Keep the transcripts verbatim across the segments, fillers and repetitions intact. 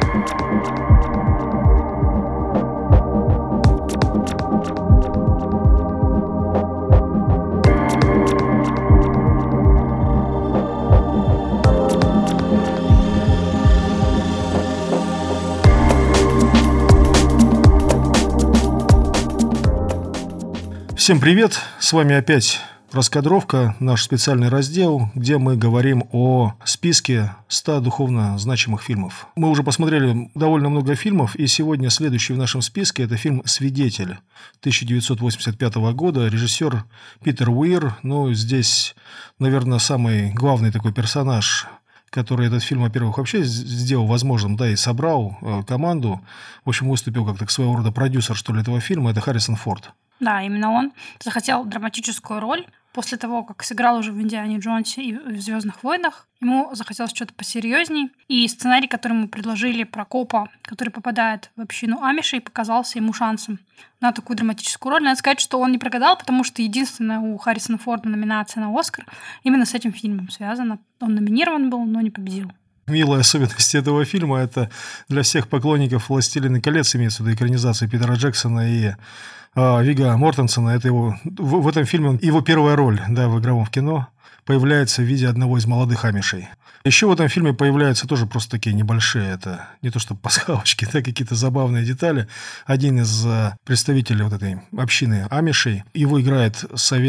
Всем привет! С вами опять «Раскадровка», наш специальный раздел, где мы говорим о списке ста духовно значимых фильмов. Мы уже посмотрели довольно много фильмов, и сегодня следующий в нашем списке – это фильм «Свидетель» тысяча девятьсот восемьдесят пятого года, режиссер Питер Уир. Ну, здесь, наверное, самый главный такой персонаж, который этот фильм, во-первых, вообще сделал возможным, да, и собрал э, команду. В общем, выступил как-то своего рода продюсер, что ли, этого фильма. Это Харрисон Форд. Да, именно он захотел драматическую роль. После того, как сыграл уже в «Индиане Джонсе» и в «Звездных войнах», ему захотелось что-то посерьезней. И сценарий, который ему предложили про копа, который попадает в общину амишей, показался ему шансом на такую драматическую роль. Надо сказать, что он не прогадал, потому что единственная у Харрисона Форда номинация на «Оскар» именно с этим фильмом связана. Он номинирован был, но не победил. Милая особенность этого фильма – это для всех поклонников «Властелина колец», имеется в виду экранизации Питера Джексона и э, Вигго Мортенсена. Это его, в, в этом фильме его первая роль, да, в игровом кино появляется в виде одного из молодых амишей. Еще в этом фильме появляются тоже просто такие небольшие, это не то что пасхалочки, да, какие-то забавные детали. Один из э, представителей вот этой общины амишей, его играет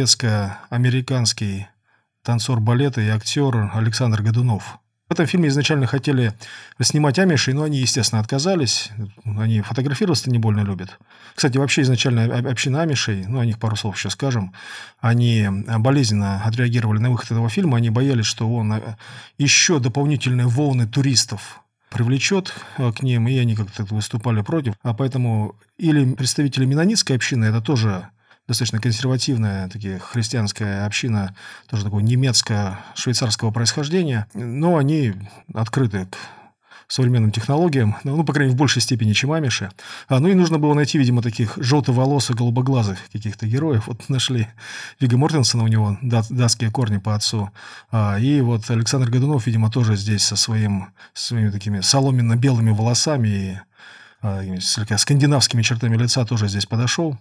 советско-американский танцор балета и актер Александр Годунов. В этом фильме изначально хотели снимать амишей, но они, естественно, отказались. Они фотографироваться не больно любят. Кстати, вообще изначально община амишей, ну, о них пару слов еще скажем, они болезненно отреагировали на выход этого фильма. Они боялись, что он еще дополнительные волны туристов привлечет к ним, и они как-то выступали против. А поэтому или представители меннонитской общины, это тоже достаточно консервативная такая христианская община, тоже такого немецко-швейцарского происхождения, но они открыты к современным технологиям, ну, по крайней мере, в большей степени, чем амиши. А, ну, и нужно было найти, видимо, таких желтоволосых, голубоглазых каких-то героев. Вот нашли Вигго Мортенсена, у него да, датские корни по отцу. А, и вот Александр Годунов, видимо, тоже здесь со своим, своими такими соломенно-белыми волосами и а, слегка скандинавскими чертами лица тоже здесь подошел.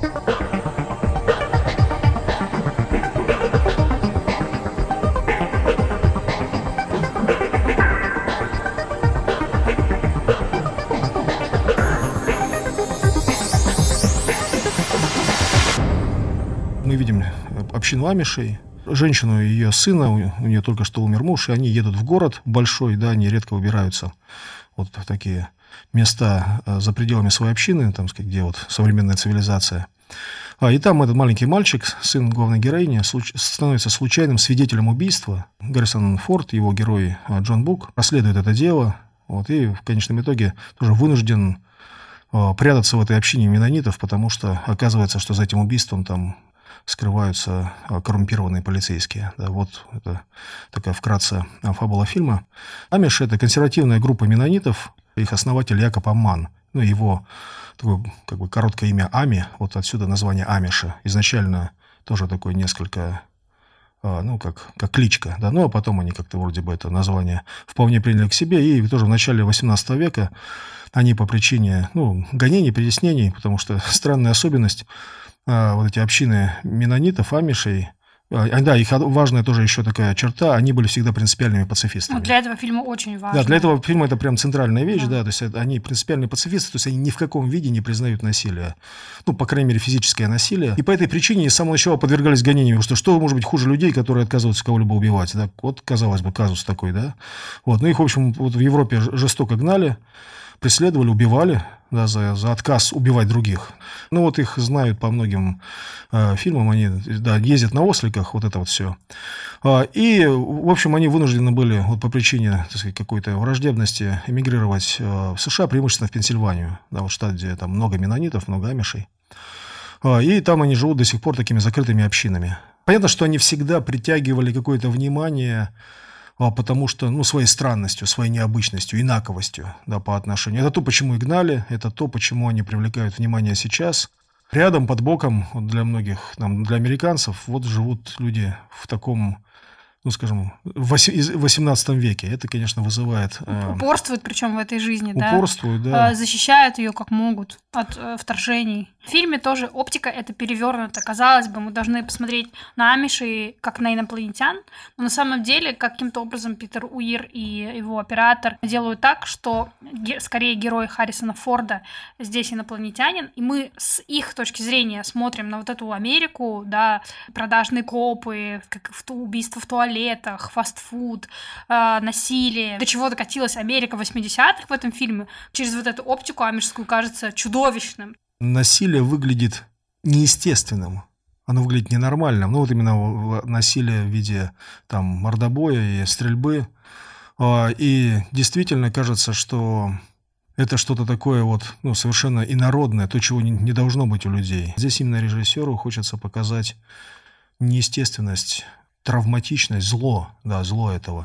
Мы видим общину амишей, женщину и ее сына, у нее только что умер муж, и они едут в город большой, да, они редко убираются вот в такие места за пределами своей общины, там, где вот современная цивилизация. А, и там этот маленький мальчик, сын главной героини, случ... становится случайным свидетелем убийства. Харрисон Форд, его герой Джон Бук, расследует это дело, вот, и в конечном итоге тоже вынужден а, прятаться в этой общине меннонитов, потому что оказывается, что за этим убийством там скрываются коррумпированные полицейские. Да, вот это такая вкратце фабула фильма. Амиши – это консервативная группа меннонитов, их основатель Якоб Амман. Ну, его такое как бы короткое имя Ами, вот отсюда название Амиши. Изначально тоже такое несколько, ну, как, как кличка, да, ну, а потом они как-то вроде бы это название вполне приняли к себе, и тоже в начале восемнадцатого века они по причине, ну, гонений, притеснений, потому что странная особенность, вот эти общины меннонитов, амишей, да, их важная тоже еще такая черта, они были всегда принципиальными пацифистами. Ну, для этого фильма очень важно. Да, для этого фильма это прям центральная вещь, да, да, то есть они принципиальные пацифисты, то есть они ни в каком виде не признают насилие, ну, по крайней мере, физическое насилие, и по этой причине с самого начала подвергались гонениям, потому что что может быть хуже людей, которые отказываются кого-либо убивать, да, вот, казалось бы, казус такой, да, вот, ну, их, в общем, вот в Европе жестоко гнали, преследовали, убивали, да, за, за отказ убивать других. Ну, вот их знают по многим э, фильмам, они, да, ездят на осликах, вот это вот все. А, и, в общем, они вынуждены были вот по причине, так сказать, какой-то враждебности эмигрировать э, в США, преимущественно в Пенсильванию, да, вот штат, где там много меннонитов, много амишей. А, и там они живут до сих пор такими закрытыми общинами. Понятно, что они всегда притягивали какое-то внимание, потому что, ну, своей странностью, своей необычностью, инаковостью, да, по отношению. Это то, почему и гнали, это то, почему они привлекают внимание сейчас. Рядом, под боком, вот для многих, там, для американцев, вот живут люди в таком, ну, скажем, в восемнадцатом веке. Это, конечно, вызывает... Э, упорствуют, причем в этой жизни, упорствуют, да? да. Э, защищают ее как могут от э, вторжений. В фильме тоже оптика это перевернута. Казалось бы, мы должны посмотреть на амишей как на инопланетян, но на самом деле каким-то образом Питер Уир и его оператор делают так, что ге- скорее герой Харрисона Форда здесь инопланетянин, и мы с их точки зрения смотрим на вот эту Америку, да, продажные копы, как в ту- убийства в туалетах, фастфуд, э, насилие. До чего докатилась Америка восьмидесятых в этом фильме, через вот эту оптику амишскую кажется чудовищным. Насилие выглядит неестественным. Оно выглядит ненормальным. Ну, вот именно насилие в виде там мордобоя и стрельбы. И действительно кажется, что это что-то такое вот, ну, совершенно инородное, то, чего не, не должно быть у людей. Здесь именно режиссеру хочется показать неестественность, травматичность, зло, да, зло этого.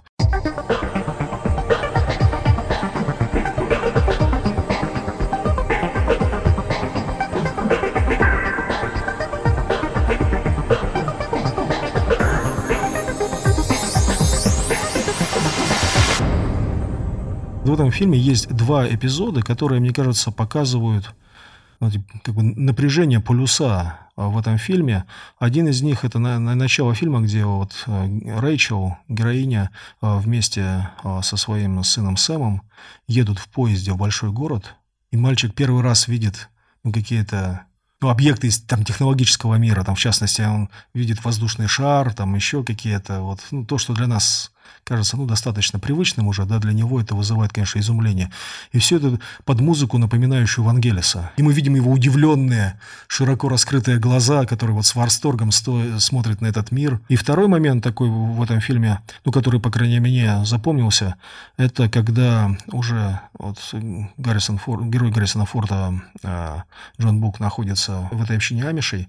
В этом фильме есть два эпизода, которые, мне кажется, показывают ну, как бы напряжение полюса в этом фильме. Один из них – это на, на начало фильма, где вот Рэйчел, героиня, вместе со своим сыном Сэмом едут в поезде в большой город, и мальчик первый раз видит ну, какие-то ну, объекты из там, технологического мира. Там, в частности, он видит воздушный шар, там еще какие-то вот, ну, то, что для нас кажется ну, достаточно привычным уже, да, для него это вызывает, конечно, изумление. И все это под музыку, напоминающую Вангелиса. И мы видим его удивленные, широко раскрытые глаза, которые вот с восторгом сто... смотрят на этот мир. И второй момент такой в этом фильме, ну, который, по крайней мере, мне запомнился, это когда уже вот Гаррисон Форд, герой Гаррисона Форда, Джон Бук, находится в этой общине амишей,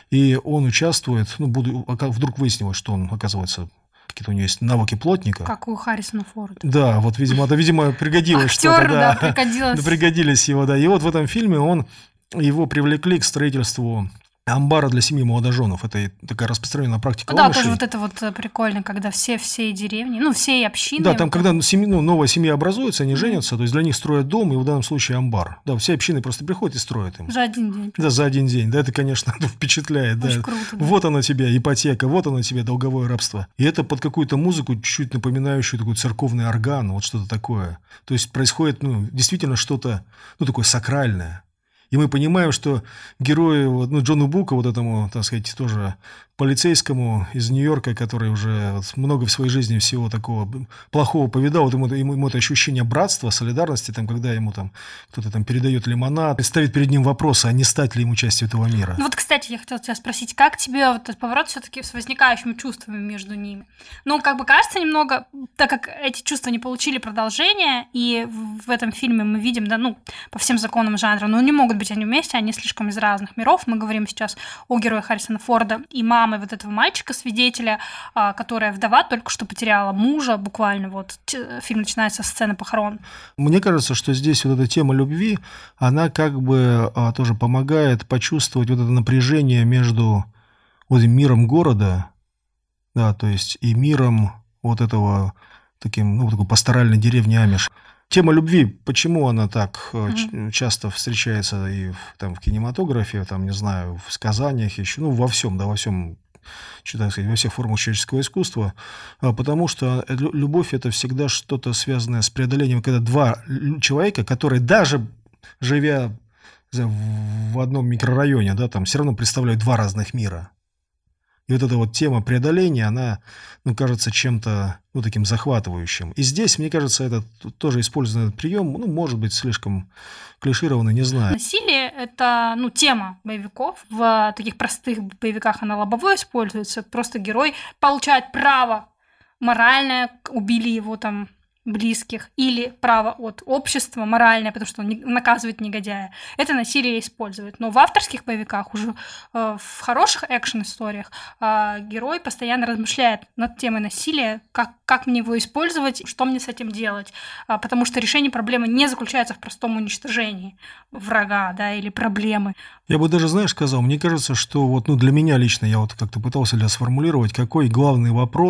и он участвует, ну, буду, вдруг выяснилось, что он, оказывается, какие-то у него есть навыки плотника. Как у Харрисона Форда. Да, вот, видимо, это, видимо, пригодилось что-то. Да, да, пригодилось. Да, пригодились его, да. И вот в этом фильме он, его привлекли к строительству амбара для семьи молодоженов. Это такая распространенная практика. Ну, да, амишей. тоже вот это вот прикольно, когда все всей деревни, ну, всей общины. Да, там, вот когда семьи, ну, новая семья образуется, они mm-hmm. женятся, то есть для них строят дом, и в данном случае амбар. Да, все общины просто приходят и строят им. За один день. Да, за один день. Да, это, конечно, впечатляет. Очень да. круто. Да. Вот оно тебе, ипотека, вот оно тебе, долговое рабство. И это под какую-то музыку, чуть напоминающую такой церковный орган, вот что-то такое. То есть происходит, ну, действительно что-то, ну, такое сакральное. И мы понимаем, что герою, ну, Джону Буку, вот этому, так сказать, тоже полицейскому из Нью-Йорка, который уже вот много в своей жизни всего такого плохого повидал, вот ему, ему, ему это ощущение братства, солидарности, там, когда ему там кто-то там передает лимонад, ставит перед ним вопросы, а не стать ли ему частью этого мира. Ну вот, кстати, я хотела тебя спросить, как тебе вот этот поворот все-таки с возникающими чувствами между ними? Ну, как бы кажется немного, так как эти чувства не получили продолжения, и в этом фильме мы видим, да, ну, по всем законам жанра, ну, не могут быть они вместе, они слишком из разных миров. Мы говорим сейчас о герое Харрисона Форда и мамы вот этого мальчика-свидетеля, которая вдова, только что потеряла мужа, буквально вот фильм начинается с сцены похорон. Мне кажется, что здесь вот эта тема любви, она как бы а, тоже помогает почувствовать вот это напряжение между вот миром города, да, то есть и миром вот этого таким, ну, такой пасторальной деревни Амиш. Тема любви, почему она так mm-hmm. часто встречается и в, там, в кинематографе, там, не знаю, в сказаниях еще, ну, во всем, да, во всем, так сказать, во всех формах человеческого искусства, потому что любовь – это всегда что-то связанное с преодолением, когда два человека, которые даже живя в одном микрорайоне, да, там, все равно представляют два разных мира. И вот эта вот тема преодоления, она, ну, кажется чем-то, ну, таким захватывающим. И здесь, мне кажется, этот тоже использованный этот прием, ну, может быть, слишком клишированный, не знаю. Насилие – это, ну, тема боевиков. В таких простых боевиках она лобовой используется. Просто герой получает право моральное, убили его там близких, или право от общества моральное, потому что он наказывает негодяя. Это насилие использует. Но в авторских боевиках, уже э, в хороших экшн-историях, э, герой постоянно размышляет над темой насилия, как, как мне его использовать, что мне с этим делать. Э, потому что решение проблемы не заключается в простом уничтожении врага, да, или проблемы. Я бы даже, знаешь, сказал, мне кажется, что вот, ну, для меня лично, я вот как-то пытался для сформулировать, какой главный вопрос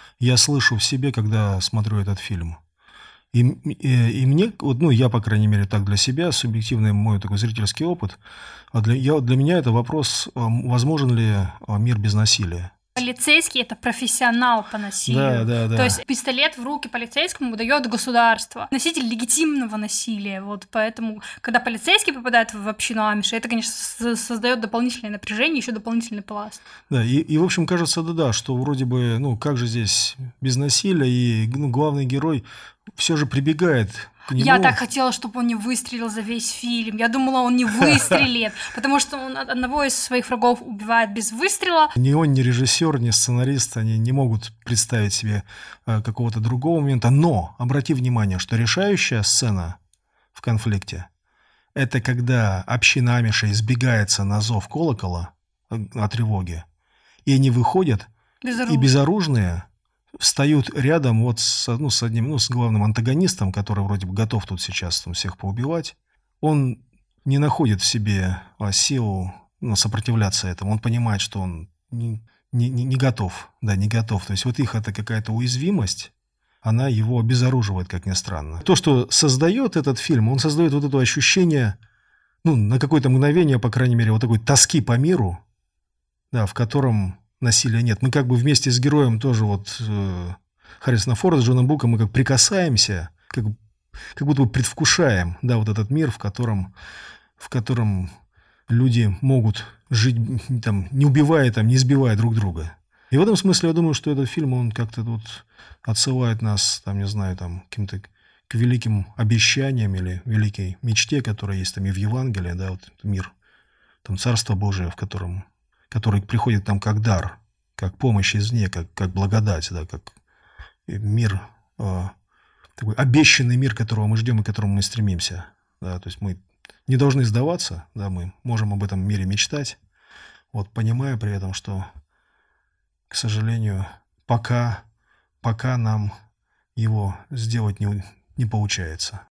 я слышу в себе, когда смотрю этот фильм. И, м- и, и мне, вот, ну, я, по крайней мере, так для себя, субъективный мой такой зрительский опыт, а для, я, вот для меня это вопрос, а, м, возможен ли а, мир без насилия. Полицейский — это профессионал по Да, насилию. да, То есть да. пистолет в руки полицейскому дает государство. Носитель легитимного насилия. Вот поэтому, когда полицейский попадает в общину амиши, это, конечно, с- создает дополнительное напряжение, еще дополнительный пласт. Да, и, и, в общем, кажется, да-да, что вроде бы, ну, как же здесь без насилия, и, ну, главный герой все же прибегает к Я нему. так хотела, чтобы он не выстрелил за весь фильм. Я думала, он не выстрелит, потому что он од- одного из своих врагов убивает без выстрела. Ни он, ни режиссер, ни сценарист, они не могут представить себе э, какого-то другого момента. Но обрати внимание, что решающая сцена в конфликте — это когда община амишей сбегается на зов колокола э, о тревоге, и они выходят, и Безоружный. безоружные встают рядом вот с, ну, с одним, ну, с главным антагонистом, который вроде бы готов тут сейчас там всех поубивать. Он не находит в себе а, силу, ну, сопротивляться этому. Он понимает, что он не, не, не- не готов. Да, не готов. То есть вот их это какая-то уязвимость, она его обезоруживает, как ни странно. То, что создает этот фильм, он создает вот это ощущение, ну, на какое-то мгновение, по крайней мере, вот такой тоски по миру, да, в котором насилия нет. Мы как бы вместе с героем тоже вот э, Харрисона Форда с Джоном Буком мы как прикасаемся, как, как будто бы предвкушаем, да, вот этот мир, в котором, в котором люди могут жить, м, там, не убивая, там, не избивая друг друга. И в этом смысле я думаю, что этот фильм, он как-то тут отсылает нас, там, не знаю, там, к каким-то к великим обещаниям или великой мечте, которая есть там и в Евангелии, да, вот этот мир, там, Царство Божие, в котором, который приходит к нам как дар, как помощь извне, как, как благодать, да, как э, мир, э, такой обещанный мир, которого мы ждем и к которому мы стремимся. Да, то есть мы не должны сдаваться, да, мы можем об этом мире мечтать, вот, понимая при этом, что, к сожалению, пока, пока нам его сделать не, не получается.